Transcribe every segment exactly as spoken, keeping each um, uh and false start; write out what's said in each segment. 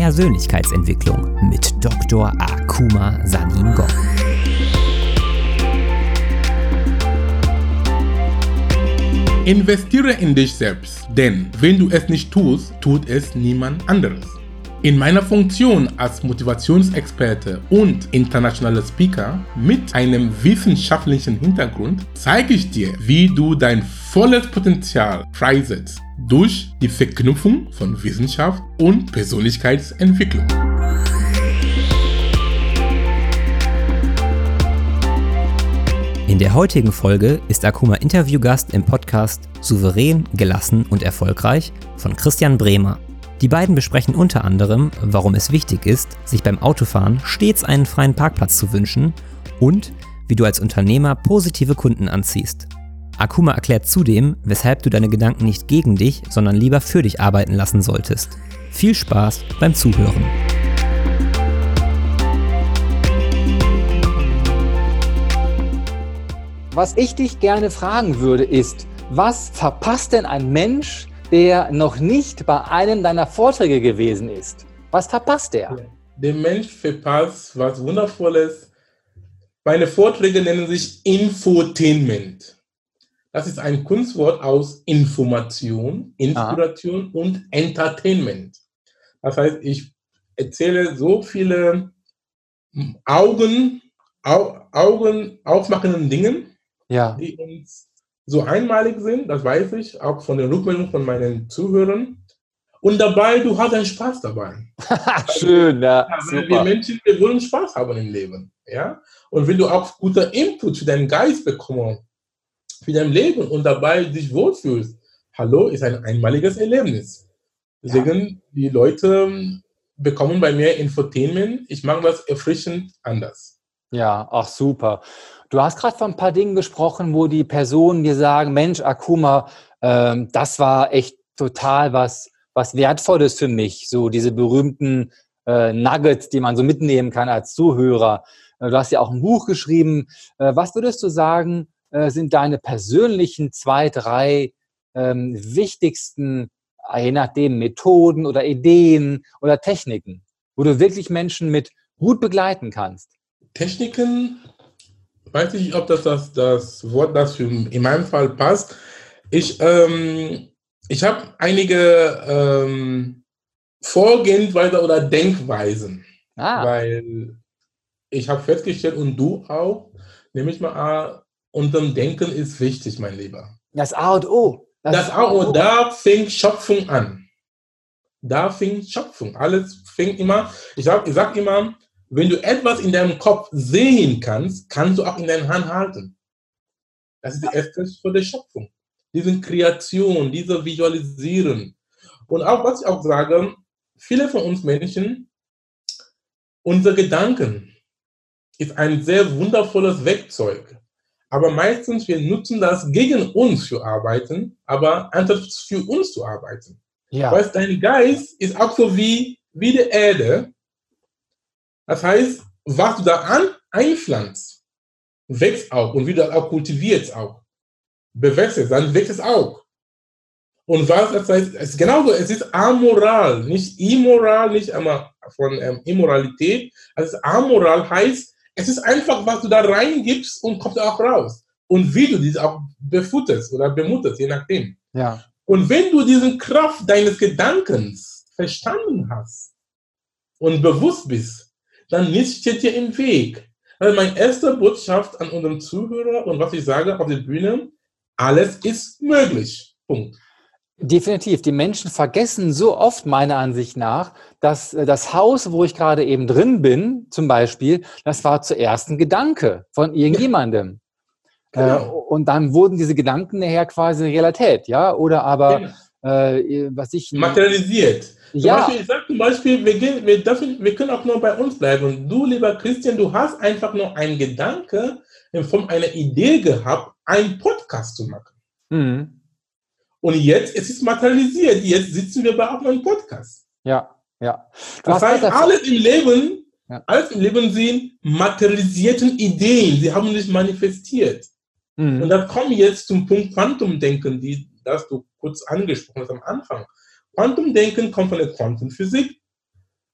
Persönlichkeitsentwicklung mit Doktor Akuma Saningong. Investiere in dich selbst, denn wenn du es nicht tust, tut es niemand anderes. In meiner Funktion als Motivationsexperte und internationaler Speaker mit einem wissenschaftlichen Hintergrund zeige ich dir, wie du dein volles Potenzial freisetzt durch die Verknüpfung von Wissenschaft und Persönlichkeitsentwicklung. In der heutigen Folge ist Akuma Interviewgast im Podcast Souverän, gelassen und erfolgreich von Christian Bremer. Die beiden besprechen unter anderem, warum es wichtig ist, sich beim Autofahren stets einen freien Parkplatz zu wünschen und wie du als Unternehmer positive Kunden anziehst. Akuma erklärt zudem, weshalb du deine Gedanken nicht gegen dich, sondern lieber für dich arbeiten lassen solltest. Viel Spaß beim Zuhören. Was ich dich gerne fragen würde ist, was verpasst denn ein Mensch, der noch nicht bei einem deiner Vorträge gewesen ist? Was verpasst der? Der Mensch verpasst was Wundervolles. Meine Vorträge nennen sich Infotainment. Das ist ein Kunstwort aus Information, Inspiration ah. und Entertainment. Das heißt, ich erzähle so viele Augen, Au, Augen aufmachenden Dinge, ja. die uns so einmalig sind, das weiß ich, auch von den Rückmeldungen von meinen Zuhörern. Und dabei, du hast einen Spaß dabei. Schön, ja. ja weil wir Menschen, wir wollen Spaß haben im Leben. Ja? Und wenn du auch guter Input für deinen Geist bekommst, für dein Leben und dabei dich wohlfühlst, hallo, ist ein einmaliges Erlebnis. Deswegen, ja. die Leute bekommen bei mir Infotainment. Ich mache das erfrischend anders. Ja, ach super. Du hast gerade von ein paar Dingen gesprochen, wo die Personen dir sagen, Mensch, Akuma, ähm, das war echt total was, was Wertvolles für mich. So diese berühmten äh, Nuggets, die man so mitnehmen kann als Zuhörer. Äh, du hast ja auch ein Buch geschrieben. Äh, was würdest du sagen, äh, sind deine persönlichen zwei, drei ähm, wichtigsten, je nachdem, Methoden oder Ideen oder Techniken, wo du wirklich Menschen mit gut begleiten kannst? Techniken, weiß ich nicht, ob das, das das Wort, das für in meinem Fall passt. Ich, ähm, ich habe einige ähm, Vorgehensweisen oder Denkweisen, ah. weil ich habe festgestellt, und du auch, nämlich mal A, unserem Denken ist wichtig, mein Lieber. Das A und O. Das, das A und O, da fängt Schöpfung an. Da fängt Schöpfung. Alles fängt immer, ich sage ich sag immer, wenn du etwas in deinem Kopf sehen kannst, kannst du auch in deiner Hand halten. Das ist die erste Schritt der Schöpfung. Diese Kreation, diese Visualisieren. Und auch, was ich auch sage, viele von uns Menschen, unsere Gedanken ist ein sehr wundervolles Werkzeug. Aber meistens, wir nutzen das gegen uns zu arbeiten, aber anstatt für uns zu arbeiten. Ja. Weil dein Geist ist auch so wie, wie die Erde. Das heißt, was du da an, einpflanzt, wächst auch. Und wie du das auch kultivierst auch, bewässerst, dann wächst es auch. Und was das heißt, es ist genauso, es ist amoral, nicht immoral, nicht einmal von ähm, Immoralität. Also amoral heißt, es ist einfach, was du da reingibst und kommt auch raus. Und wie du dies auch befutterst oder bemutterst, je nachdem. Ja. Und wenn du diese Kraft deines Gedankens verstanden hast und bewusst bist, dann nichts steht dir im Weg. Also meine erste Botschaft an unseren Zuhörer und was ich sage auf der Bühne, alles ist möglich. Punkt. Definitiv. Die Menschen vergessen so oft meiner Ansicht nach, dass das Haus, wo ich gerade eben drin bin, zum Beispiel, das war zuerst ein Gedanke von irgendjemandem. Ja. Genau. Und dann wurden diese Gedanken nachher quasi Realität, ja? Oder aber, genau. äh, was ich... materialisiert. Ja. Zum Beispiel, ich sage zum Beispiel, wir, gehen, wir, dürfen, wir können auch nur bei uns bleiben. Und du, lieber Christian, du hast einfach nur einen Gedanke in Form einer Idee gehabt, einen Podcast zu machen. Mhm. Und jetzt es ist es materialisiert. Jetzt sitzen wir bei einem Podcast. Ja, ja. Du das heißt, alles im Leben, ja. alles im Leben sind materialisierten Ideen. Sie haben sich manifestiert. Mhm. Und dann kommen wir jetzt zum Punkt Quantumdenken, die, das du kurz angesprochen hast am Anfang. Quantumdenken kommt von der Quantenphysik.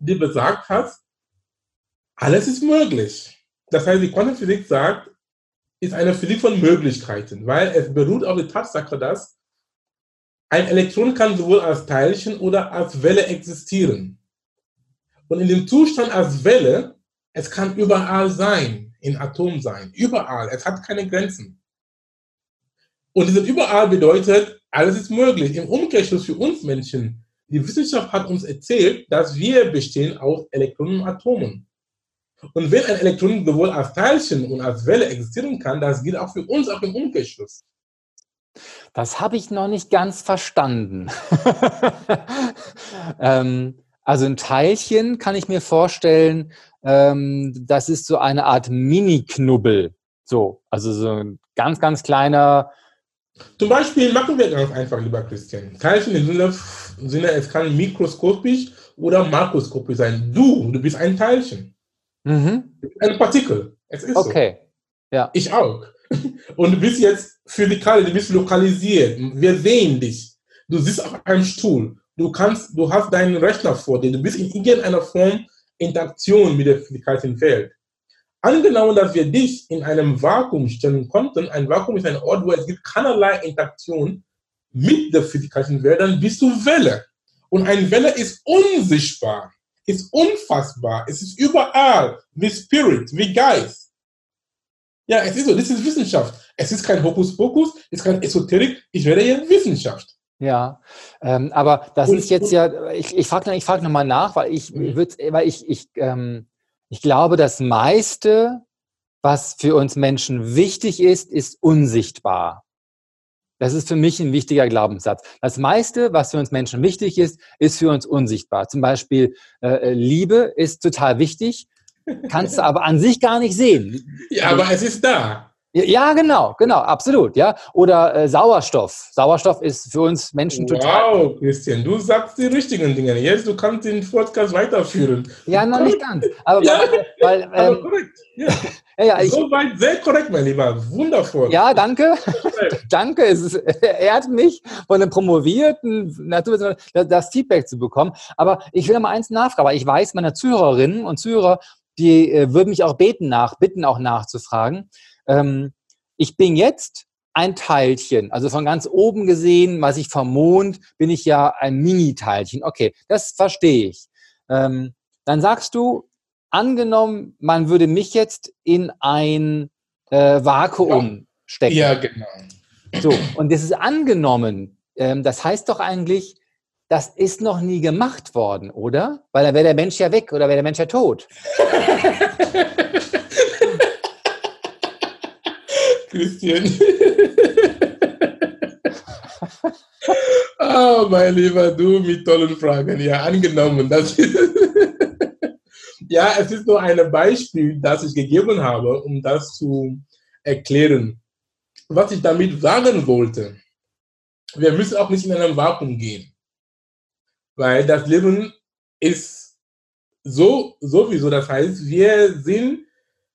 die besagt hat, alles ist möglich. Das heißt, die Quantenphysik sagt, ist eine Physik von Möglichkeiten, weil es beruht auf der Tatsache, dass ein Elektron kann sowohl als Teilchen oder als Welle existieren. Und in dem Zustand als Welle, es kann überall sein, in Atom sein, überall, es hat keine Grenzen. Und dieses überall bedeutet, alles ist möglich. Im Umkehrschluss für uns Menschen, die Wissenschaft hat uns erzählt, dass wir bestehen aus Elektronen und Atomen. Und wenn ein Elektron sowohl als Teilchen und als Welle existieren kann, das gilt auch für uns, auch im Umkehrschluss. Das habe ich noch nicht ganz verstanden. ähm, also ein Teilchen kann ich mir vorstellen, ähm, das ist so eine Art Mini-Knubbel. So, also so ein ganz, ganz kleiner. Zum Beispiel machen wir ganz einfach, lieber Christian. Teilchen im Sinne, im Sinne, es kann mikroskopisch oder makroskopisch sein. Du, du bist ein Teilchen. Mhm. Du bist ein Partikel. Es ist okay. so. Ja. Ich auch. Und du bist jetzt physikalisch, du bist lokalisiert. Wir sehen dich. Du sitzt auf einem Stuhl. Du kannst, du hast deinen Rechner vor dir. Du bist in irgendeiner Form Interaktion mit der physikalischen Welt. Angenommen, dass wir dich in einem Vakuum stellen konnten, ein Vakuum ist ein Ort, wo es gibt keinerlei Interaktion mit der physikalischen Welt, dann bist du Welle. Und eine Welle ist unsichtbar, ist unfassbar, es ist überall, wie Spirit, wie Geist. Ja, es ist so, das ist Wissenschaft. Es ist kein Hokuspokus, es ist kein Esoterik, ich werde hier Wissenschaft. Ja, ähm, aber das und, ist jetzt ja, ich, ich frage ich frag nochmal nach, weil ich, mhm. würd, weil ich, ich, ähm, ich glaube, das meiste, was für uns Menschen wichtig ist, ist unsichtbar. Das ist für mich ein wichtiger Glaubenssatz. Das meiste, was für uns Menschen wichtig ist, ist für uns unsichtbar. Zum Beispiel äh, Liebe ist total wichtig, kannst du aber an sich gar nicht sehen. Ja, aber es ist da. Ja, genau, genau, absolut, ja. Oder äh, Sauerstoff. Sauerstoff ist für uns Menschen wow, total... Wow, Christian, du sagst die richtigen Dinge. Jetzt, du kannst den Podcast weiterführen. Ja, noch nicht ganz. Aber, ja, weil, weil, aber ähm, korrekt. Ja. ja, ja, ich, Soweit sehr korrekt, mein Lieber. Wundervoll. Ja, danke. danke. Es ist, ehrt mich, von einem promovierten Naturwissenschaftler das Feedback zu bekommen. Aber ich will noch mal eins nachfragen. Aber ich weiß, meine Zuhörerinnen und Zuhörer, die äh, würden mich auch beten nach, bitten auch nachzufragen. Ähm, ich bin jetzt ein Teilchen, also von ganz oben gesehen, was ich vom Mond, bin ich ja ein Mini-Teilchen. Okay, das verstehe ich. Ähm, dann sagst du, angenommen, man würde mich jetzt in ein äh, Vakuum ja. stecken. Ja, genau. So, und das ist angenommen. Ähm, das heißt doch eigentlich, das ist noch nie gemacht worden, oder? Weil dann wäre der Mensch ja weg oder wäre der Mensch ja tot. Christian. Oh, mein Lieber, du mit tollen Fragen. Ja, angenommen. Das ja, es ist nur ein Beispiel, das ich gegeben habe, um das zu erklären. Was ich damit sagen wollte, wir müssen auch nicht in einem Vakuum gehen. Weil das Leben ist so sowieso. Das heißt, wir sind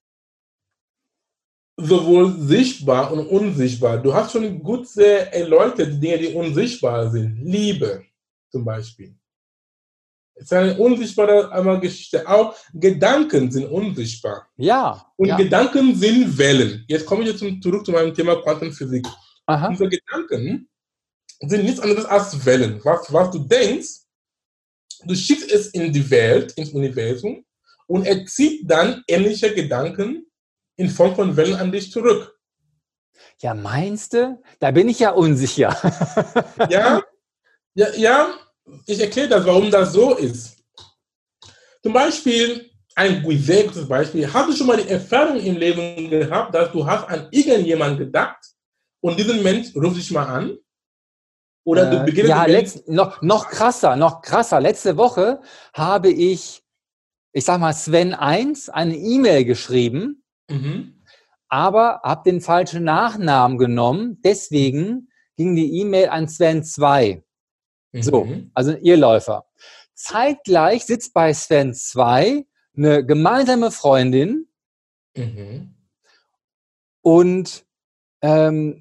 sowohl sichtbar und unsichtbar. Du hast schon gut sehr erläutert, die Dinge, die unsichtbar sind. Liebe zum Beispiel. Es ist eine unsichtbare Geschichte. Auch Gedanken sind unsichtbar. Ja. Und ja. Gedanken sind Wellen. Jetzt komme ich jetzt zurück zu meinem Thema Quantenphysik. Aha. Unsere Gedanken sind nichts anderes als Wellen. Was, was du denkst, du schickst es in die Welt, ins Universum, und er zieht dann ähnliche Gedanken in Form von Wellen an dich zurück. Ja, meinst du? Da bin ich ja unsicher. ja, ja, ja, ich erkläre das, warum das so ist. Zum Beispiel, ein sehr gutes Beispiel, hast du schon mal die Erfahrung im Leben gehabt, dass du hast an irgendjemanden gedacht und diesen Mensch ruft dich mal an? Oder du beginnst... Äh, ja, letzt, noch, noch krasser, noch krasser. Letzte Woche habe ich, ich sag mal, Sven eins eine E-Mail geschrieben, mhm. aber habe den falschen Nachnamen genommen. Deswegen ging die E-Mail an Sven zwei. Mhm. So, also ein Irrläufer. Zeitgleich sitzt bei Sven zwei eine gemeinsame Freundin mhm. und ähm,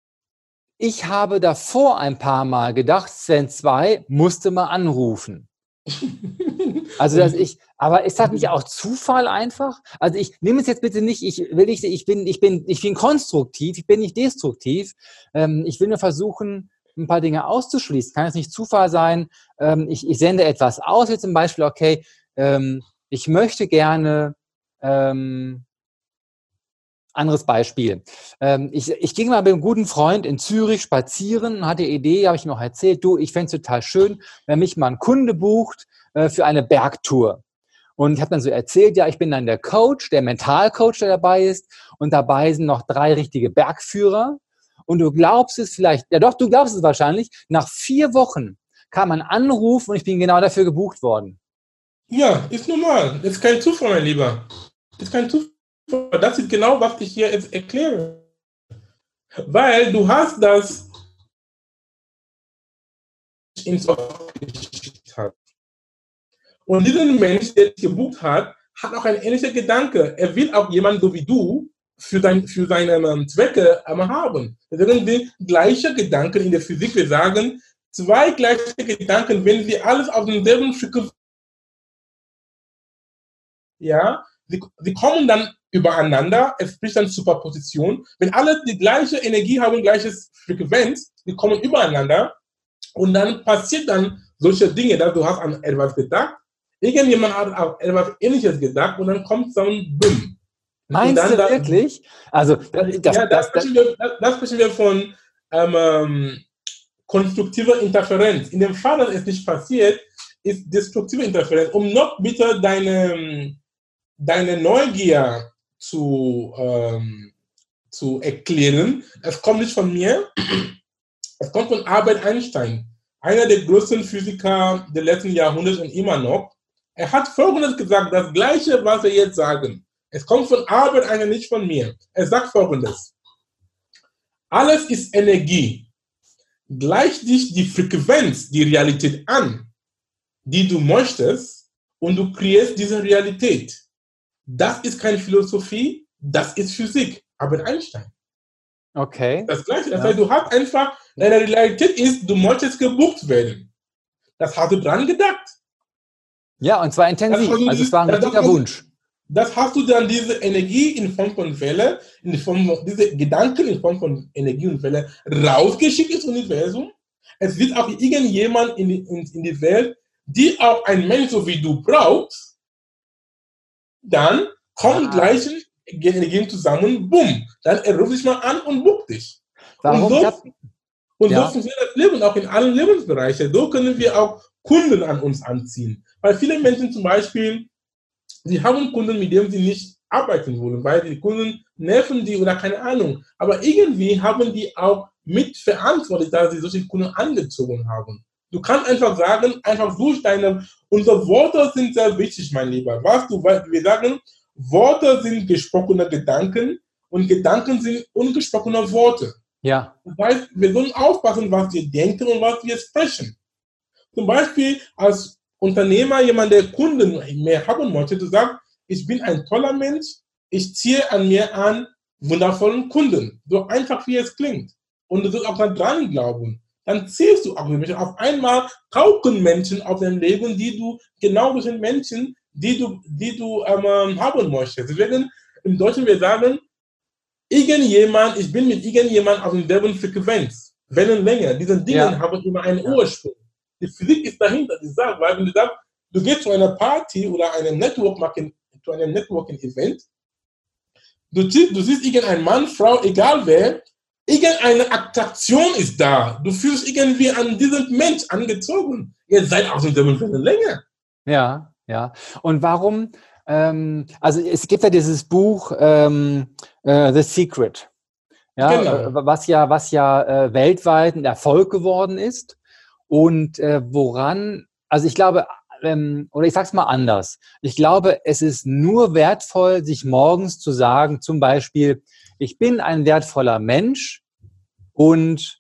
ich habe davor ein paar Mal gedacht, Sven zwei musste mal anrufen. Also, dass ich, aber ist das nicht auch Zufall einfach? Also, ich nehme es jetzt bitte nicht, ich will nicht, ich bin, ich bin, ich bin konstruktiv, ich bin nicht destruktiv. Ähm, ich will nur versuchen, ein paar Dinge auszuschließen. Kann es nicht Zufall sein? Ähm, ich, ich sende etwas aus, wie zum Beispiel, okay, ähm, ich möchte gerne, ähm, anderes Beispiel. Ähm, ich, ich ging mal mit einem guten Freund in Zürich spazieren, hatte die Idee, habe ich ihm auch erzählt, du, ich fände es total schön, wenn mich mal ein Kunde bucht äh, für eine Bergtour. Und ich habe dann so erzählt, ja, ich bin dann der Coach, der Mentalcoach, der dabei ist. Und dabei sind noch drei richtige Bergführer. Und du glaubst es vielleicht, ja doch, du glaubst es wahrscheinlich, nach vier Wochen kam ein Anruf und ich bin genau dafür gebucht worden. Ja, ist normal. Das ist kein Zufall, mein Lieber. Das ist kein Zufall. Das ist genau, was ich hier jetzt erkläre. Weil du hast das ins Office geschickt hat. Und dieser Mensch, der dich gebucht hat, hat auch einen ähnlichen Gedanke. Er will auch jemanden so wie du für, dein, für seine ähm, Zwecke ähm, haben. Deswegen sind gleiche Gedanken in der Physik. Wir sagen, zwei gleiche Gedanken, wenn sie alles auf demselben Stück, ja, sie, sie kommen dann übereinander, es spricht dann Superposition. Wenn alle die gleiche Energie haben, gleiches Frequenz, die kommen übereinander und dann passiert dann solche Dinge, dass du hast an etwas gedacht, irgendjemand hat auch etwas Ähnliches gedacht und dann kommt so ein Bumm. Meinst du da, wirklich? Also, das, das, ja, da das, sprechen wir, da sprechen wir von ähm, konstruktiver Interferenz. In dem Fall, dass es nicht passiert, ist destruktive Interferenz. Um noch bitte deine, deine Neugier zu, ähm, zu erklären, es kommt nicht von mir, es kommt von Albert Einstein, einer der größten Physiker des letzten Jahrhunderts und immer noch. Er hat Folgendes gesagt, das Gleiche, was wir jetzt sagen. Es kommt von Albert Einstein, nicht von mir. Er sagt Folgendes. Alles ist Energie. Gleich dich die Frequenz, die Realität an, die du möchtest, und du kreierst diese Realität. Das ist keine Philosophie, das ist Physik. Albert Einstein. Okay. Das Gleiche. Das Ja. heißt, du hast einfach, deine Realität ist, du möchtest gebucht werden. Das hast du dran gedacht. Ja, und zwar intensiv. Also Also es war ein richtiger Wunsch. Das hast du dann diese Energie in Form von Welle, in Form von, diese Gedanken in Form von Energie und Welle rausgeschickt ins Universum. Es wird auch irgendjemand in die, in, in die Welt, die auch ein Mensch so wie du brauchst, dann kommen ah. gleiche Energien zusammen, bumm, dann er ruft dich mal an und bucht dich. Warum? Und so, Ja. und Ja. so funktioniert das Leben auch in allen Lebensbereichen. So können wir auch Kunden an uns anziehen. Weil viele Menschen zum Beispiel, sie haben Kunden, mit denen sie nicht arbeiten wollen, weil die Kunden nerven die oder keine Ahnung. Aber irgendwie haben die auch mitverantwortlich, dass sie solche Kunden angezogen haben. Du kannst einfach sagen, einfach durch deine, unsere Worte sind sehr wichtig, mein Lieber. Was du, wir sagen, Worte sind gesprochene Gedanken und Gedanken sind ungesprochene Worte. Ja. Das heißt, wir sollen aufpassen, was wir denken und was wir sprechen. Zum Beispiel als Unternehmer, jemand, der Kunden mehr haben möchte, du sagst, ich bin ein toller Mensch, ich ziehe an mir an wundervollen Kunden. So einfach, wie es klingt. Und du sollst auch dann dran glauben. Dann ziehst du auch Menschen. Auf einmal tauchen Menschen auf dein Leben, die du, genau das sind Menschen, die du, die du ähm, haben möchtest. Deswegen im Deutschen wir sagen, irgendjemand, ich bin mit irgendjemand auf derselben Frequenz, Wellenlänge. Diese Dinge Ja. haben immer einen Ursprung. Die Physik ist dahinter, die sagt, weil wenn du sagst, du gehst zu einer Party oder einem Networking, zu einem Networking-Event, du, du siehst irgendein Mann, Frau, egal wer, irgendeine Attraktion ist da. Du fühlst irgendwie an diesen Mensch angezogen. Ihr seid aus derselben Wellenlänge. Ja, ja. Und warum, ähm, also es gibt ja dieses Buch ähm, äh, The Secret, ja, Genau. äh, was ja, was ja äh, weltweit ein Erfolg geworden ist. Und äh, woran, also ich glaube, ähm, oder ich sag's mal anders, ich glaube, es ist nur wertvoll, sich morgens zu sagen, zum Beispiel, ich bin ein wertvoller Mensch und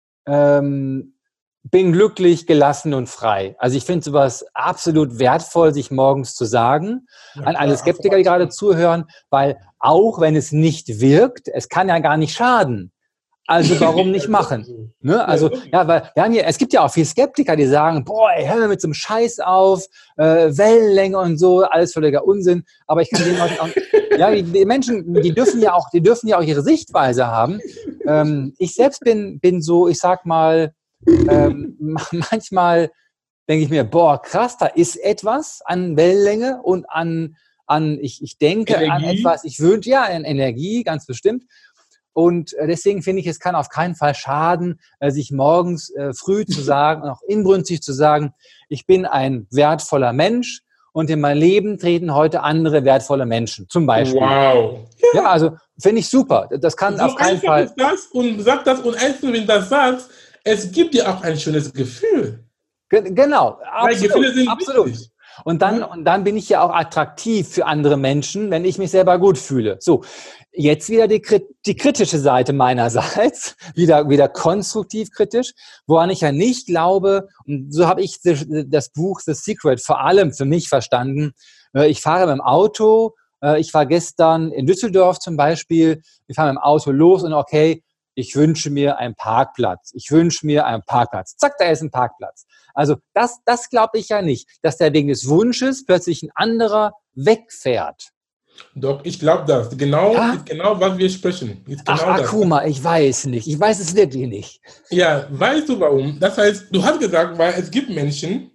ähm, bin glücklich, gelassen und frei. Also ich finde sowas absolut wertvoll, sich morgens zu sagen, Ja, an alle klar, Skeptiker, die gerade zuhören, weil auch wenn es nicht wirkt, es kann ja gar nicht schaden. Also warum nicht machen? Ne? Also, ja, weil wir haben hier, es gibt ja auch viele Skeptiker, die sagen, boah, ey, hör mir mit so einem Scheiß auf, äh, Wellenlänge und so, alles völliger Unsinn. Aber ich kann den Leuten auch, ja, die, die Menschen, die dürfen ja auch, die dürfen ja auch ihre Sichtweise haben. Ähm, ich selbst bin, bin so, ich sag mal, ähm, manchmal denke ich mir, boah, krass, da ist etwas an Wellenlänge und an, an ich, ich denke Energie. an etwas, ich wünsche, ja, an Energie, ganz bestimmt. Und deswegen finde ich, es kann auf keinen Fall schaden, sich morgens früh zu sagen und auch inbrünstig zu sagen, ich bin ein wertvoller Mensch und in mein Leben treten heute andere wertvolle Menschen, zum Beispiel. Wow. Ja, ja, also finde ich super. Das kann so auf keinen Fall. Ist das und sag das und erstens, wenn du das sagst, es gibt dir auch ein schönes Gefühl. Ge- genau, Weil absolut. Gefühle sind absolut. wichtig. Und dann, und dann bin ich ja auch attraktiv für andere Menschen, wenn ich mich selber gut fühle. So, jetzt wieder die, die kritische Seite meinerseits, wieder, wieder konstruktiv kritisch, woran ich ja nicht glaube, und so habe ich das Buch The Secret vor allem für mich verstanden. Ich fahre mit dem Auto, ich war gestern in Düsseldorf zum Beispiel, ich fahre mit dem Auto los und okay, ich wünsche mir einen Parkplatz. Ich wünsche mir einen Parkplatz. Zack, da ist ein Parkplatz. Also das, das glaube ich ja nicht, dass der wegen des Wunsches plötzlich ein anderer wegfährt. Doch, ich glaube das. Genau, Ja? ist genau, was wir sprechen. Ist genau Ach, das. Akuma, ich weiß nicht. Ich weiß es wirklich nicht. Ja, weißt du warum? Das heißt, du hast gesagt, weil es gibt Menschen,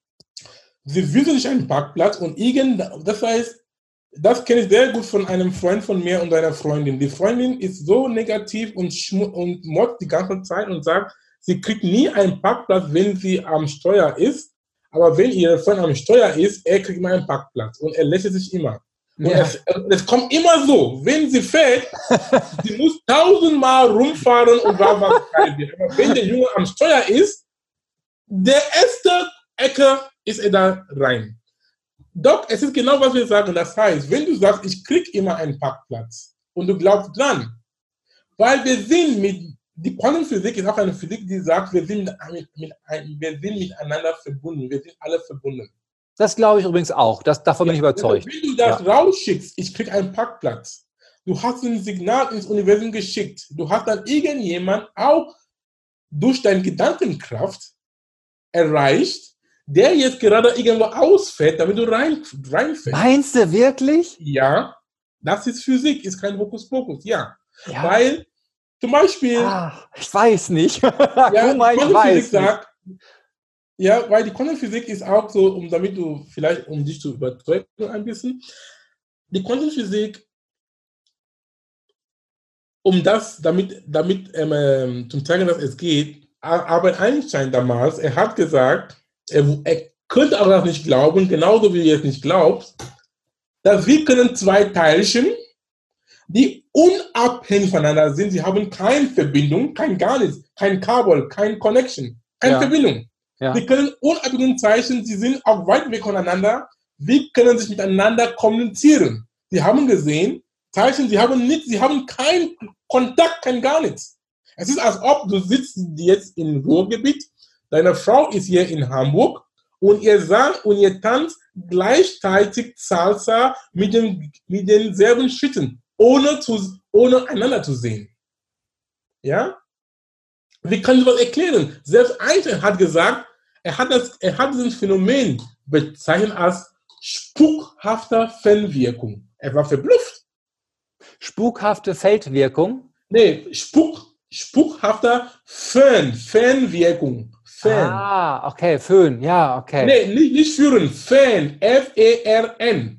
sie wünschen sich einen Parkplatz und irgend, das heißt, das kenne ich sehr gut von einem Freund von mir und einer Freundin. Die Freundin ist so negativ und, und motzt die ganze Zeit und sagt, sie kriegt nie einen Parkplatz, wenn sie am Steuer ist. Aber wenn ihr Freund am Steuer ist, er kriegt immer einen Parkplatz und er lächelt sich immer. Und Ja. es, es kommt immer so, wenn sie fährt, sie muss tausendmal rumfahren und war was frei wird. Aber wenn der Junge am Steuer ist, der erste Ecke ist er da rein. Doch, es ist genau, was wir sagen. Das heißt, wenn du sagst, ich kriege immer einen Parkplatz und du glaubst dran, weil wir sind mit, die Quantenphysik ist auch eine Physik, die sagt, wir sind, mit, mit, wir sind miteinander verbunden, wir sind alle verbunden. Das glaube ich übrigens auch. Das, davon bin ich überzeugt. Wenn du das Ja. rausschickst, ich kriege einen Parkplatz, du hast ein Signal ins Universum geschickt, du hast dann irgendjemand auch durch deine Gedankenkraft erreicht, der jetzt gerade irgendwo ausfällt, damit du rein, reinfällst. Meinst du wirklich? Ja, das ist Physik, ist kein Hokuspokus, ja. Ja. Weil zum Beispiel, Ah, ich weiß nicht. ja, Guck mal, die ich Quantenphysik weiß nicht. sagt, ja, weil die Quantenphysik ist auch so, um damit du vielleicht, um dich zu überzeugen ein bisschen, die Quantenphysik, um das, damit, damit ähm, zum zeigen, dass es geht, Albert Einstein damals, er hat gesagt, er, er könnte aber das nicht glauben, genauso wie du jetzt nicht glaubst, dass wir können zwei Teilchen, die unabhängig voneinander sind, sie haben keine Verbindung, kein gar nichts, kein Kabel, kein Connection, keine Ja. Verbindung. Ja. Wir können unabhängige Zeichen, sie sind auch weit weg voneinander, wir können sich miteinander kommunizieren. Sie haben gesehen, Zeichen, sie haben nicht, sie haben keinen Kontakt, kein gar nichts. Es ist, als ob du sitzt jetzt im Ruhrgebiet, deine Frau ist hier in Hamburg und ihr sagt und ihr tanzt gleichzeitig Salsa mit, dem, mit denselben Schritten, ohne, zu, ohne einander zu sehen. Ja? Wie kann ich das erklären? Selbst Einstein hat gesagt, er hat, das, er hat dieses Phänomen bezeichnet als spukhafter Fernwirkung. Er war verblüfft. Spukhafte Feldwirkung. Nee, spuk, spukhafter Fern, Fernwirkung. Fern. Ah, okay, Föhn, ja, okay. Nee, nicht, nicht führen, Fern, F E R N.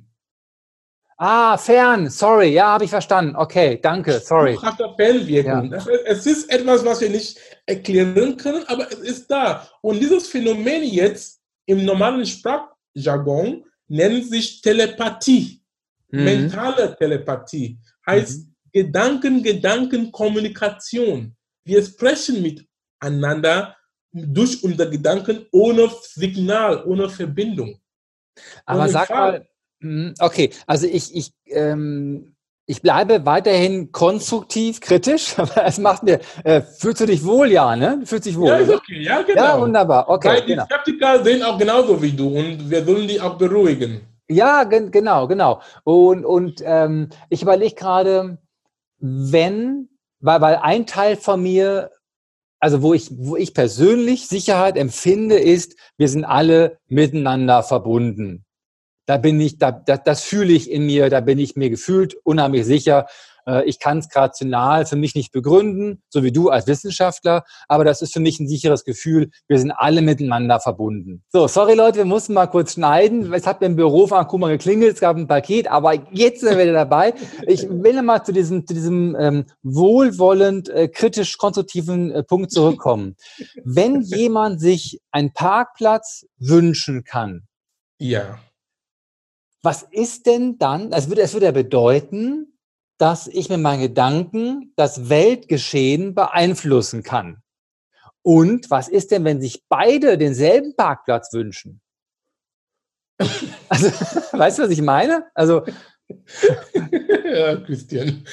Ah, fern, sorry, ja, habe ich verstanden. Okay, danke, sorry. Spukhafter Fernwirkung. Ja. Das heißt, es ist etwas, was wir nicht erklären können, aber es ist da. Und dieses Phänomen jetzt im normalen Sprachjargon nennt sich Telepathie. Mhm. Mentale Telepathie. Heißt Mhm. Gedanken, Gedankenkommunikation. Wir sprechen miteinander durch unsere Gedanken ohne Signal, ohne Verbindung. Aber Und sag im mal, mm, okay, also ich, ich, ähm, ich bleibe weiterhin konstruktiv kritisch, aber es macht mir, äh, fühlst du dich wohl, ja, ne? Fühlst dich wohl? Ja, ist ne? okay, ja, genau. Ja, wunderbar, okay, Weil die genau. Skeptiker sehen auch genauso wie du und wir sollen die auch beruhigen. Ja, gen genau, genau. Und, und ähm, ich überlege gerade, wenn, weil, weil ein Teil von mir, also wo ich, wo ich persönlich Sicherheit empfinde, ist, wir sind alle miteinander verbunden. Da bin ich, da, das, das fühle ich in mir, da bin ich mir gefühlt unheimlich sicher. Ich kann es rational für mich nicht begründen, so wie du als Wissenschaftler, aber das ist für mich ein sicheres Gefühl, wir sind alle miteinander verbunden. So, sorry Leute, wir mussten mal kurz schneiden. Es hat im Büro von Akuma geklingelt, es gab ein Paket, aber jetzt sind wir wieder dabei. Ich will mal zu diesem, zu diesem ähm, wohlwollend, äh, kritisch-konstruktiven äh, Punkt zurückkommen. Wenn jemand sich einen Parkplatz wünschen kann, Ja. was ist denn dann, das würde, das würde ja bedeuten, dass ich mit meinen Gedanken das Weltgeschehen beeinflussen kann. Und was ist denn, wenn sich beide denselben Parkplatz wünschen? Also, weißt du, was ich meine? Also, ja, Christian.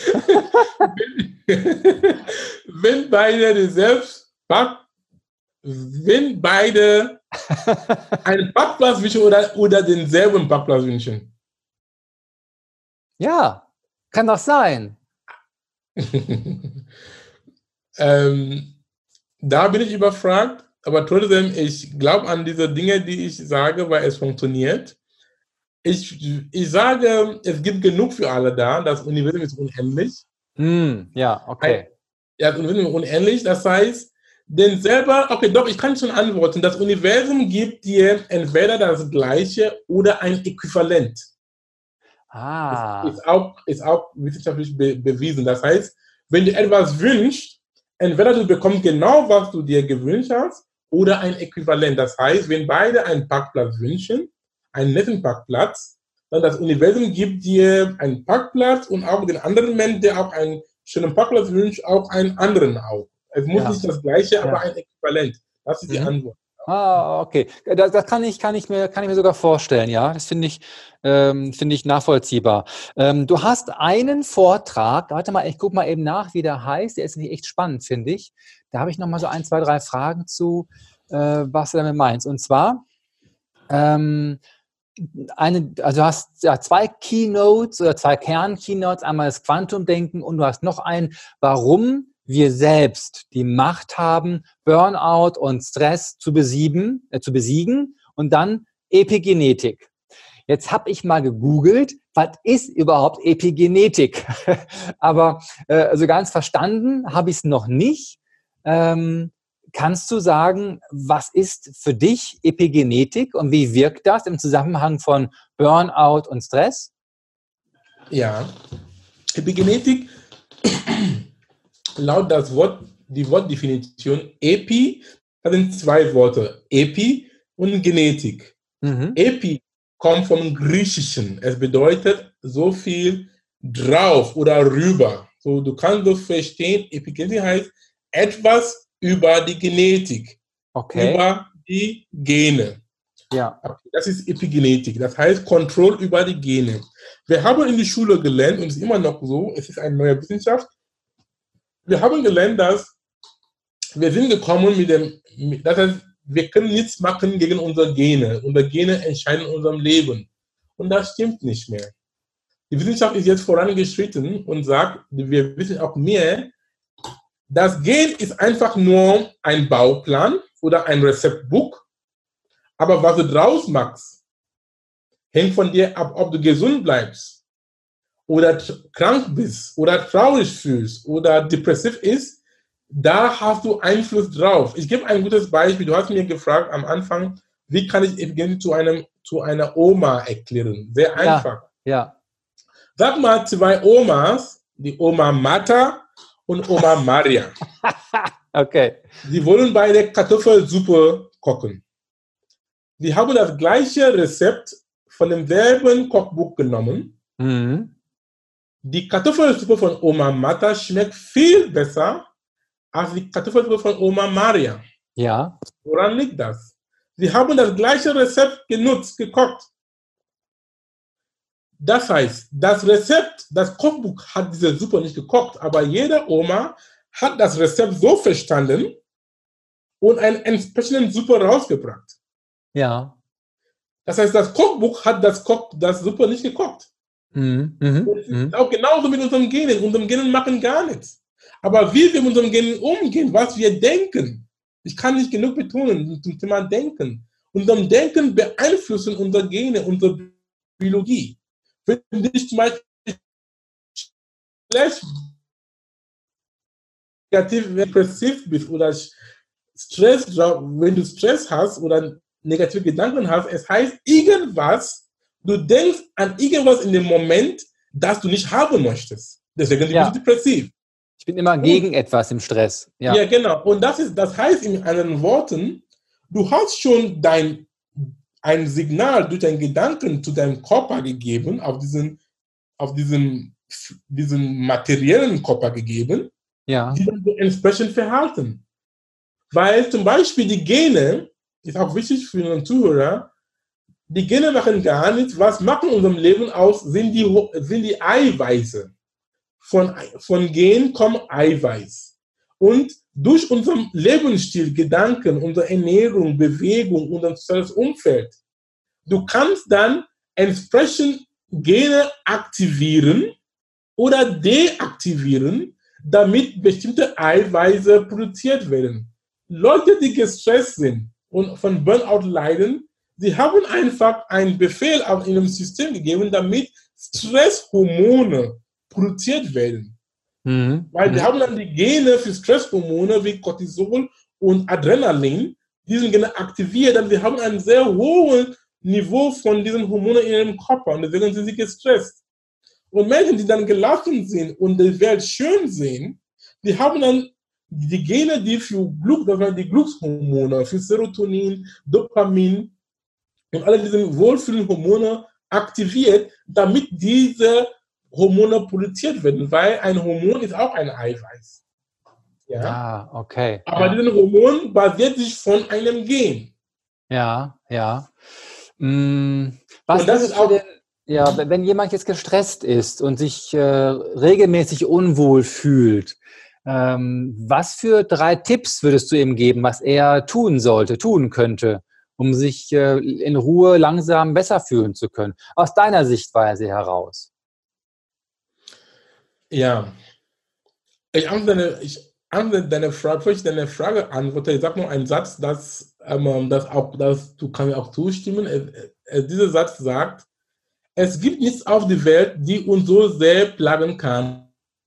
wenn beide denselben Park, wenn beide einen Parkplatz wünschen oder, oder denselben Parkplatz wünschen. Ja. Kann doch sein. ähm, da bin ich überfragt, aber trotzdem, ich glaube an diese Dinge, die ich sage, weil es funktioniert. Ich, ich sage, es gibt genug für alle da, das Universum ist unendlich. Hm, ja, okay. Ja, das Universum ist unendlich, das heißt, denn selber, okay, doch, ich kann schon antworten, das Universum gibt dir entweder das Gleiche oder ein Äquivalent. Ah. Ist, ist, auch, ist auch wissenschaftlich be bewiesen. Das heißt, wenn du etwas wünschst, entweder du bekommst genau, was du dir gewünscht hast, oder ein Äquivalent. Das heißt, wenn beide einen Parkplatz wünschen, einen netten Parkplatz, dann das Universum gibt dir einen Parkplatz und auch den anderen Menschen, der auch einen schönen Parkplatz wünscht, auch einen anderen auch. Es muss Ja. nicht das Gleiche, Ja. aber ein Äquivalent. Das ist Mhm. die Antwort. Ah, okay. Das, das kann ich, kann ich mir, kann ich mir sogar vorstellen, ja. Das finde ich, ähm, finde ich nachvollziehbar. Ähm, du hast einen Vortrag, warte mal, ich gucke mal eben nach, wie der heißt. Der ist nämlich echt spannend, finde ich. Da habe ich noch mal so ein, zwei, drei Fragen zu, äh, was du damit meinst. Und zwar, ähm, eine, also du hast ja zwei Keynotes oder zwei Kern-Keynotes, einmal das Quantumdenken und du hast noch einen, warum wir selbst die Macht haben, Burnout und Stress zu besiegen, äh, zu besiegen und dann Epigenetik. Jetzt habe ich mal gegoogelt, was ist überhaupt Epigenetik? Aber äh, also ganz verstanden habe ich es noch nicht. Ähm, kannst du sagen, was ist für dich Epigenetik und wie wirkt das im Zusammenhang von Burnout und Stress? Ja, Epigenetik laut das Wort, die Wortdefinition Epi, das sind zwei Worte, Epi und Genetik. Mhm. Epi kommt vom Griechischen. Es bedeutet so viel drauf oder rüber. So, du kannst so verstehen, Epigenetik heißt etwas über die Genetik, Okay. über die Gene. Ja. Das ist Epigenetik, das heißt Kontrolle über die Gene. Wir haben in der Schule gelernt, und es ist immer noch so, es ist eine neue Wissenschaft, wir haben gelernt, dass wir sind gekommen mit dem, das heißt, wir können nichts machen gegen unsere Gene. Unsere Gene entscheiden in unserem Leben. Und das stimmt nicht mehr. Die Wissenschaft ist jetzt vorangeschritten und sagt, wir wissen auch mehr, das Gen ist einfach nur ein Bauplan oder ein Rezeptbuch. Aber was du draus machst, hängt von dir ab, ob du gesund bleibst oder krank bist oder traurig fühlst oder depressiv ist, da hast du Einfluss drauf. Ich gebe ein gutes Beispiel. Du hast mir gefragt am Anfang, wie kann ich Epigenetik zu, einem, zu einer Oma erklären? Sehr einfach. Ja, ja. Sag mal zwei Omas, die Oma Martha und Oma Maria. Okay. Die wollen beide Kartoffelsuppe kochen. Die haben das gleiche Rezept von demselben Kochbuch genommen. Mhm. Die Kartoffelsuppe von Oma Martha schmeckt viel besser als die Kartoffelsuppe von Oma Maria. Ja. Woran liegt das? Sie haben das gleiche Rezept genutzt, gekocht. Das heißt, das Rezept, das Kochbuch hat diese Suppe nicht gekocht, aber jede Oma hat das Rezept so verstanden und eine entsprechende Suppe rausgebracht. Ja. Das heißt, das Kochbuch hat das, Koch, das Suppe nicht gekocht. Mhm. Mhm. Und es ist Mhm. auch genauso mit unseren Genen. Unsere Genen machen gar nichts. Aber wie wir mit unseren Genen umgehen, was wir denken, ich kann nicht genug betonen zum Thema Denken. Unser Denken beeinflussen unsere Gene, unsere Biologie. Wenn du dich zum Beispiel negativ depressiv bist oder Stress, wenn du Stress hast oder negative Gedanken hast, es heißt irgendwas, du denkst an irgendwas in dem Moment, das du nicht haben möchtest. Deswegen bist Ja. du depressiv. Ich bin immer gegen und, etwas im Stress. Ja. ja, genau. Und das ist, das heißt in anderen Worten, du hast schon dein, ein Signal durch deinen Gedanken zu deinem Körper gegeben, auf diesen, auf diesen, diesen materiellen Körper gegeben, ja. die dann entsprechend verhalten. Weil zum Beispiel die Gene, ist auch wichtig für unseren Zuhörer, die Gene machen gar nichts. Was machen in unserem Leben aus, sind die, sind die Eiweiße. Von, von Gen kommt Eiweiß. Und durch unseren Lebensstil, Gedanken, unsere Ernährung, Bewegung, unser soziales Umfeld, du kannst dann entsprechend Gene aktivieren oder deaktivieren, damit bestimmte Eiweiße produziert werden. Leute, die gestresst sind und von Burnout leiden, sie haben einfach einen Befehl auf ihrem System gegeben, damit Stresshormone produziert werden. Mhm. Weil wir haben dann die Gene für Stresshormone wie Cortisol und Adrenalin, die sind Gene aktiviert, und wir haben ein sehr hohes Niveau von diesen Hormonen in ihrem Körper und deswegen sind sie gestresst. Und Menschen, die dann gelassen sind und die Welt schön sehen, die haben dann die Gene, die für Glück, das waren die Glückshormone, für Serotonin, Dopamin und alle diese Wohlfühlhormone aktiviert, damit diese Hormone produziert werden, weil ein Hormon ist auch ein Eiweiß. Ja, ah, okay. Aber ja. dieses Hormon basiert sich von einem Gen. Ja, ja. Hm, was und das ist auch denn, ja, wenn jemand jetzt gestresst ist und sich äh, regelmäßig unwohl fühlt, ähm, was für drei Tipps würdest du ihm geben, was er tun sollte, tun könnte, um sich äh, in Ruhe langsam besser fühlen zu können? Aus deiner Sichtweise heraus. Ja, ich antworte, ich antworte deine Frage, bevor ich deine Frage antworte, ich sage noch einen Satz, dass, ähm, dass auch, dass du kannst auch zustimmen. Äh, äh, dieser Satz sagt, es gibt nichts auf der Welt, die uns so sehr plagen kann.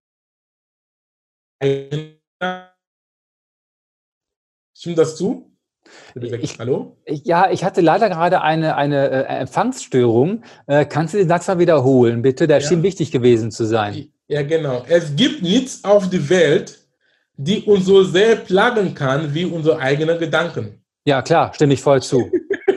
Stimmt das zu? Ich, Hallo? Ja, ich hatte leider gerade eine, eine äh, Empfangsstörung. Äh, kannst du den Satz mal wiederholen, bitte? Der ja. schien wichtig gewesen zu sein. Ja, genau. Es gibt nichts auf der Welt, die uns so sehr plagen kann, wie unsere eigenen Gedanken. Ja, klar, stimme ich voll zu.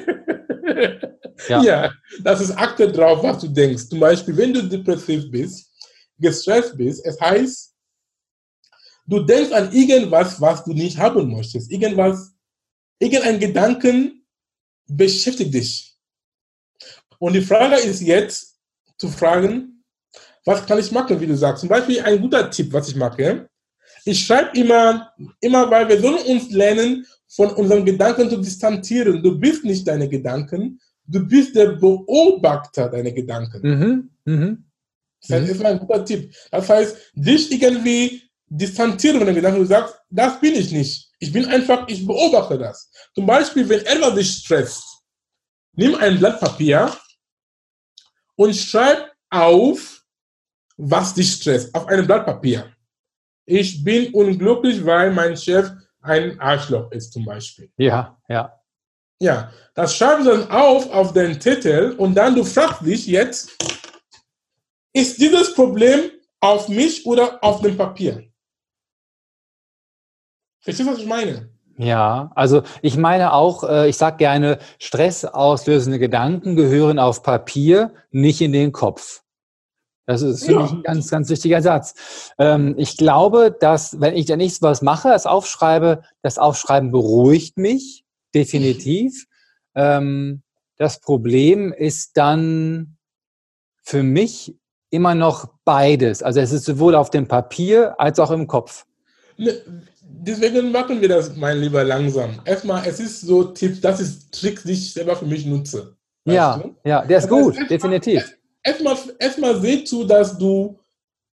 ja. ja, das ist Akte drauf, was du denkst. Zum Beispiel, wenn du depressiv bist, gestresst bist, es heißt, du denkst an irgendwas, was du nicht haben möchtest. Irgendwas, irgendein Gedanken beschäftigt dich. Und die Frage ist jetzt, zu fragen, was kann ich machen, wie du sagst. Zum Beispiel ein guter Tipp, was ich mache. Ich schreibe immer, immer, weil wir sollen uns lernen, von unseren Gedanken zu distanzieren. Du bist nicht deine Gedanken, du bist der Beobachter deiner Gedanken. Mhm. Mhm. Das ist ein guter Tipp. Das heißt, dich irgendwie distanzieren von den Gedanken. Du sagst, das bin ich nicht. Ich bin einfach, ich beobachte das. Zum Beispiel, wenn etwas dich stresst, nimm ein Blatt Papier und schreib auf, was dich stresst, auf einem Blatt Papier. Ich bin unglücklich, weil mein Chef ein Arschloch ist, zum Beispiel. Ja, ja. Ja, das schreibst du dann auf, auf den Titel und dann du fragst dich jetzt, ist dieses Problem auf mich oder auf dem Papier? Verstehst du, was ich meine? Ja, also ich meine auch, ich sage gerne, stressauslösende Gedanken gehören auf Papier, nicht in den Kopf. Das ist für ja. mich ein ganz, ganz wichtiger Satz. Ähm, ich glaube, dass, wenn ich da nichts was mache, das aufschreibe, das Aufschreiben beruhigt mich, definitiv. Ähm, das Problem ist dann für mich immer noch beides. Also es ist sowohl auf dem Papier als auch im Kopf. Ne, deswegen machen wir das, mein Lieber, langsam. Erstmal, es ist so Tipp, das ist Trick, die ich selber für mich nutze. Ja, du? ja, der ist das gut, heißt, definitiv. Erstmal, erstmal seh zu, dass du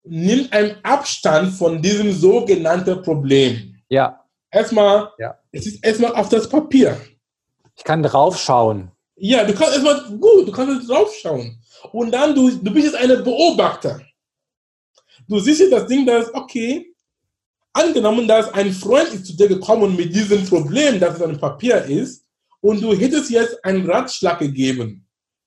nimm einen Abstand von diesem sogenannten Problem. Ja. Erstmal, ja. es ist erstmal auf das Papier. Ich kann draufschauen. Ja, du kannst erstmal, gut, du kannst draufschauen. Und dann, du, du bist jetzt ein Beobachter. Du siehst jetzt das Ding, das, okay, angenommen, dass ein Freund ist zu dir gekommen mit diesem Problem, das es ein Papier ist, und du hättest jetzt einen Ratschlag gegeben.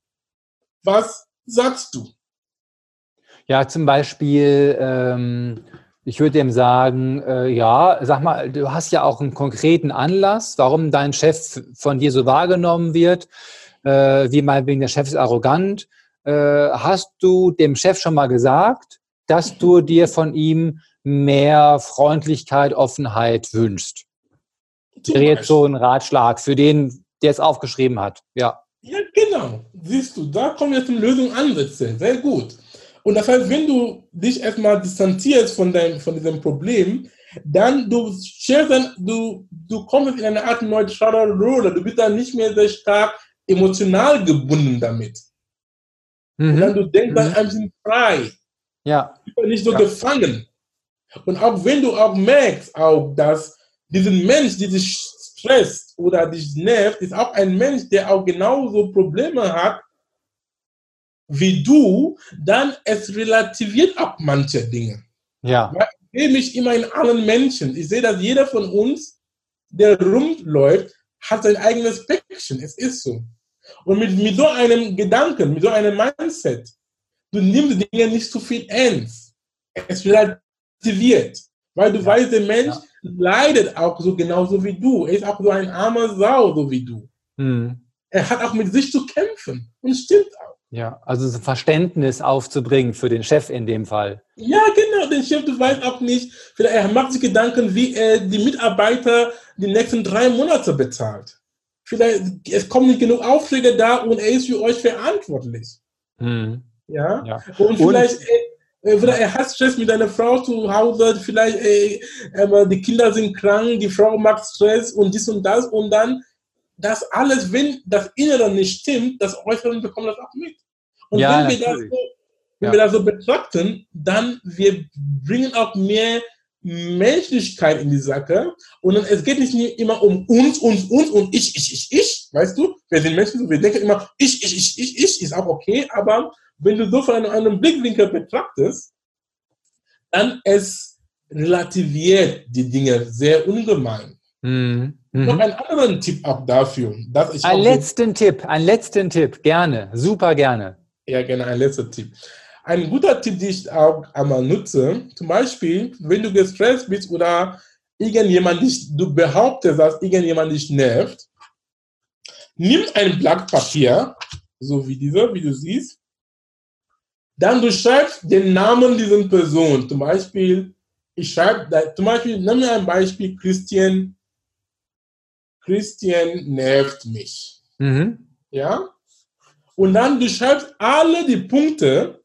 Was sagst du? Ja, zum Beispiel, ähm, ich würde ihm sagen, äh, ja, sag mal, du hast ja auch einen konkreten Anlass, warum dein Chef von dir so wahrgenommen wird, äh, wie mal wegen der Chef ist arrogant. Äh, hast du dem Chef schon mal gesagt, dass du dir von ihm mehr Freundlichkeit, Offenheit wünschst? Das wäre jetzt so ein Ratschlag für den, der es aufgeschrieben hat. Ja. Ja, genau. Siehst du, da kommen jetzt Lösungsansätze. Sehr gut. Und das heißt, wenn du dich erstmal distanzierst von, deinem, von diesem Problem, dann du, dann, du, du kommst in eine Art neutrale Rolle. Du bist dann nicht mehr sehr stark emotional gebunden damit. Mhm. Und dann du denkst mhm. dann ein bisschen frei. Ja. Du bist nicht so ja. gefangen. Und auch wenn du auch merkst, auch, dass diesen Mensch, der dich stresst oder dich nervt, ist auch ein Mensch, der auch genauso Probleme hat wie du, dann es relativiert auch manche Dinge. Ja. Weil ich sehe mich immer in allen Menschen. Ich sehe, dass jeder von uns, der rumläuft, hat sein eigenes Päckchen. Es ist so. Und mit, mit so einem Gedanken, mit so einem Mindset, du nimmst die Dinge nicht zu viel ernst. Es relativiert. Weil du ja. weißt, der Mensch ja. leidet auch so genauso wie du. Er ist auch so ein armer Sau, so wie du. Hm. Er hat auch mit sich zu kämpfen. Und stimmt auch. Ja, also so Verständnis aufzubringen für den Chef in dem Fall. Ja, genau, den Chef, du weißt auch nicht, vielleicht er macht sich Gedanken, wie er die Mitarbeiter die nächsten drei Monate bezahlt. Vielleicht, es kommen nicht genug Aufträge da und er ist für euch verantwortlich. Hm. Ja? ja, und vielleicht, und, äh, vielleicht er hat Stress mit seiner Frau zu Hause, vielleicht äh, äh, die Kinder sind krank, die Frau macht Stress und dies und das und dann das alles, wenn das Innere nicht stimmt, das Äußere bekommt das auch mit. Und ja, wenn, wir das, so, wenn ja. wir das so betrachten, dann wir bringen auch mehr Menschlichkeit in die Sache. Und dann, es geht nicht immer um uns, uns, uns und ich, ich, ich, ich. Weißt du, wir sind Menschen, wir denken immer, ich, ich, ich, ich, ich, ist auch okay. Aber wenn du so von einem anderen Blickwinkel betrachtest, dann es relativiert die Dinge sehr ungemein. Mhm. Noch einen anderen Tipp auch dafür. Dass ich einen auch letzten so Tipp, einen letzten Tipp, gerne, super gerne. Ja, genau, ein letzter Tipp. Ein guter Tipp, den ich auch einmal nutze, zum Beispiel, wenn du gestresst bist oder irgendjemand dich, du behauptest, dass irgendjemand dich nervt, nimm ein Blatt Papier, so wie dieser, wie du siehst, dann du schreibst den Namen dieser Person. Zum Beispiel, ich schreibe, zum Beispiel, nimm mir ein Beispiel, Christian, Christian nervt mich. Mhm. Ja? Und dann du schreibst alle die Punkte,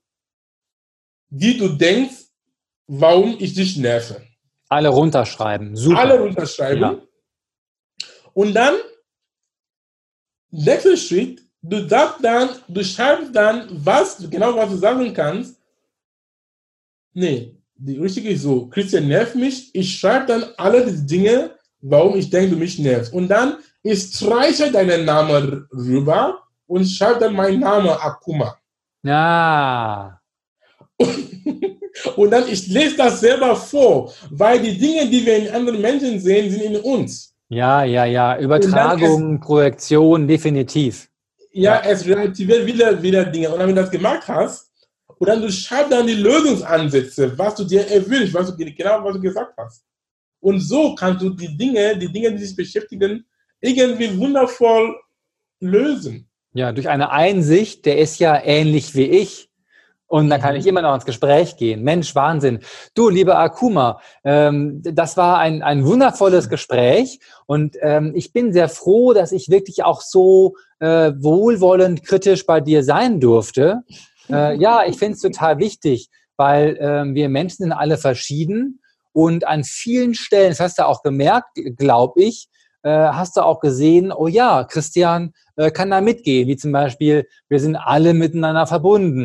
die du denkst, warum ich dich nerve. Alle runterschreiben. Super. Alle runterschreiben. Ja. Und dann, nächster Schritt, du sagst dann, du schreibst dann, was, genau was du sagen kannst. Nee, die richtige ist so, Christian nervt mich. Ich schreibe dann alle die Dinge, warum ich denke, du mich nervst. Und dann, ich streiche deinen Namen rüber und schreibe dann meinen Namen Akuma. Ja. Und, und dann, ich lese das selber vor, weil die Dinge, die wir in anderen Menschen sehen, sind in uns. Ja, ja, ja. Übertragung, es, Projektion, definitiv. Ja, ja, es relativiert wieder, wieder Dinge. Und dann, wenn du das gemacht hast, und dann du schreibst dann die Lösungsansätze, was du dir erwünscht, was du genau was du gesagt hast. Und so kannst du die Dinge, die Dinge, die dich beschäftigen, irgendwie wundervoll lösen. Ja, durch eine Einsicht, der ist ja ähnlich wie ich. Und dann kann ich immer noch ins Gespräch gehen. Mensch, Wahnsinn. Du, lieber Akuma, ähm, das war ein, ein wundervolles Gespräch. Und ähm, ich bin sehr froh, dass ich wirklich auch so äh, wohlwollend kritisch bei dir sein durfte. Äh, ja, ich finde es total wichtig, weil äh, wir Menschen sind alle verschieden. Und an vielen Stellen, das hast du auch gemerkt, glaube ich, äh, hast du auch gesehen, oh ja, Christian äh, kann da mitgehen. Wie zum Beispiel, wir sind alle miteinander verbunden.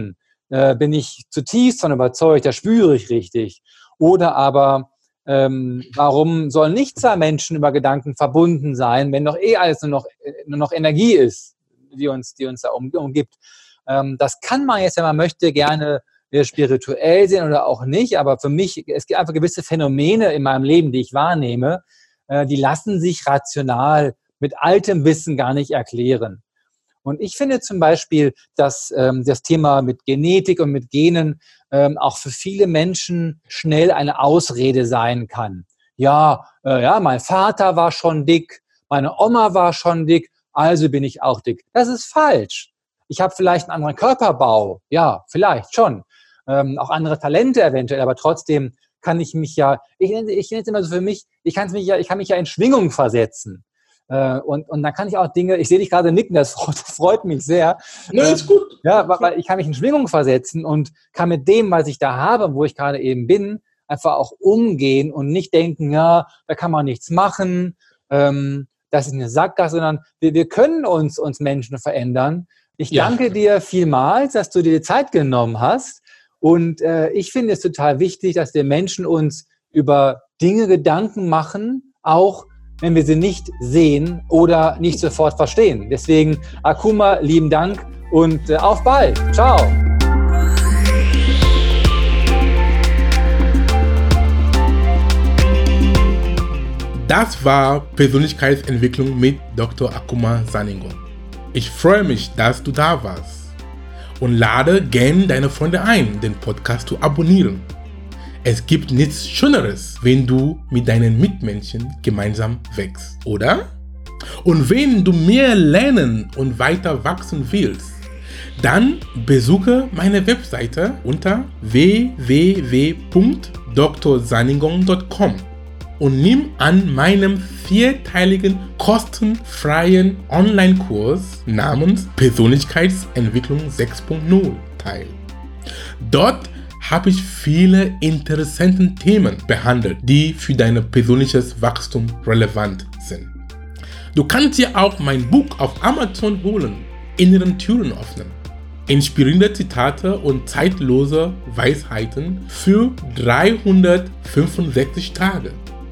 äh, bin ich zutiefst von überzeugt, das spüre ich richtig. Oder aber, ähm, warum sollen nicht zwei Menschen über Gedanken verbunden sein, wenn doch eh alles nur noch, nur noch Energie ist, die uns, die uns da um, umgibt. Ähm, das kann man jetzt, wenn man möchte, gerne spirituell sehen oder auch nicht, aber für mich, es gibt einfach gewisse Phänomene in meinem Leben, die ich wahrnehme, äh, die lassen sich rational mit altem Wissen gar nicht erklären. Und ich finde zum Beispiel, dass ähm, das Thema mit Genetik und mit Genen ähm, auch für viele Menschen schnell eine Ausrede sein kann. Ja, äh, ja, mein Vater war schon dick, meine Oma war schon dick, also bin ich auch dick. Das ist falsch. Ich habe vielleicht einen anderen Körperbau, ja, vielleicht schon. Ähm, auch andere Talente eventuell, aber trotzdem kann ich mich ja, ich nenne ich nenne es immer so für mich, ich kann mich ja, ich kann mich ja in Schwingung versetzen. Äh, und, und dann kann ich auch Dinge, ich sehe dich gerade nicken, das freut, das freut mich sehr. Ja, ist gut. Ja, weil ich kann mich in Schwingung versetzen und kann mit dem, was ich da habe, wo ich gerade eben bin, einfach auch umgehen und nicht denken, ja, da kann man nichts machen, ähm, das ist eine Sackgasse, sondern wir, wir können uns, uns Menschen verändern. Ich Ja. danke dir vielmals, dass du dir die Zeit genommen hast. Und äh, ich finde es total wichtig, dass wir Menschen uns über Dinge Gedanken machen, auch wenn wir sie nicht sehen oder nicht sofort verstehen. Deswegen, Akuma, lieben Dank und äh, auf bald. Ciao. Das war Persönlichkeitsentwicklung mit Doktor Akuma Sanningong. Ich freue mich, dass du da warst. Und lade gerne deine Freunde ein, den Podcast zu abonnieren. Es gibt nichts Schöneres, wenn du mit deinen Mitmenschen gemeinsam wächst, oder? Und wenn du mehr lernen und weiter wachsen willst, dann besuche meine Webseite unter w w w punkt d r sanningong punkt com und nimm an meinem vierteiligen kostenfreien Online-Kurs namens Persönlichkeitsentwicklung sechs punkt null teil. Dort habe ich viele interessante Themen behandelt, die für dein persönliches Wachstum relevant sind. Du kannst dir auch mein Buch auf Amazon holen, Inneren Türen öffnen. Inspirierende Zitate und zeitlose Weisheiten für dreihundertfünfundsechzig Tage.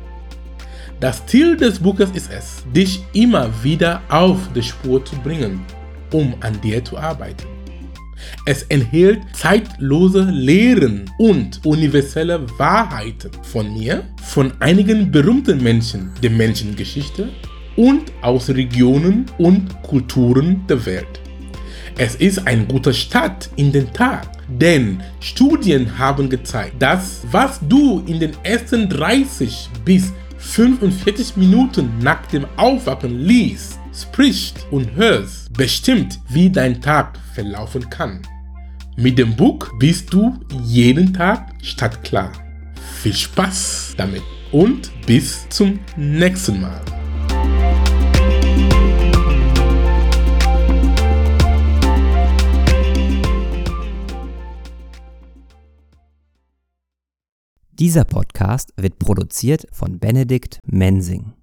Das Ziel des Buches ist es, dich immer wieder auf die Spur zu bringen, um an dir zu arbeiten. Es enthält zeitlose Lehren und universelle Wahrheiten von mir, von einigen berühmten Menschen der Menschengeschichte und aus Regionen und Kulturen der Welt. Es ist ein guter Start in den Tag, denn Studien haben gezeigt, dass was du in den ersten dreißig bis fünfundvierzig Minuten nach dem Aufwachen liest, sprichst und hörst, bestimmt, wie dein Tag verlaufen kann. Mit dem Buch bist du jeden Tag startklar. Viel Spaß damit und bis zum nächsten Mal. Dieser Podcast wird produziert von Benedikt Mensing.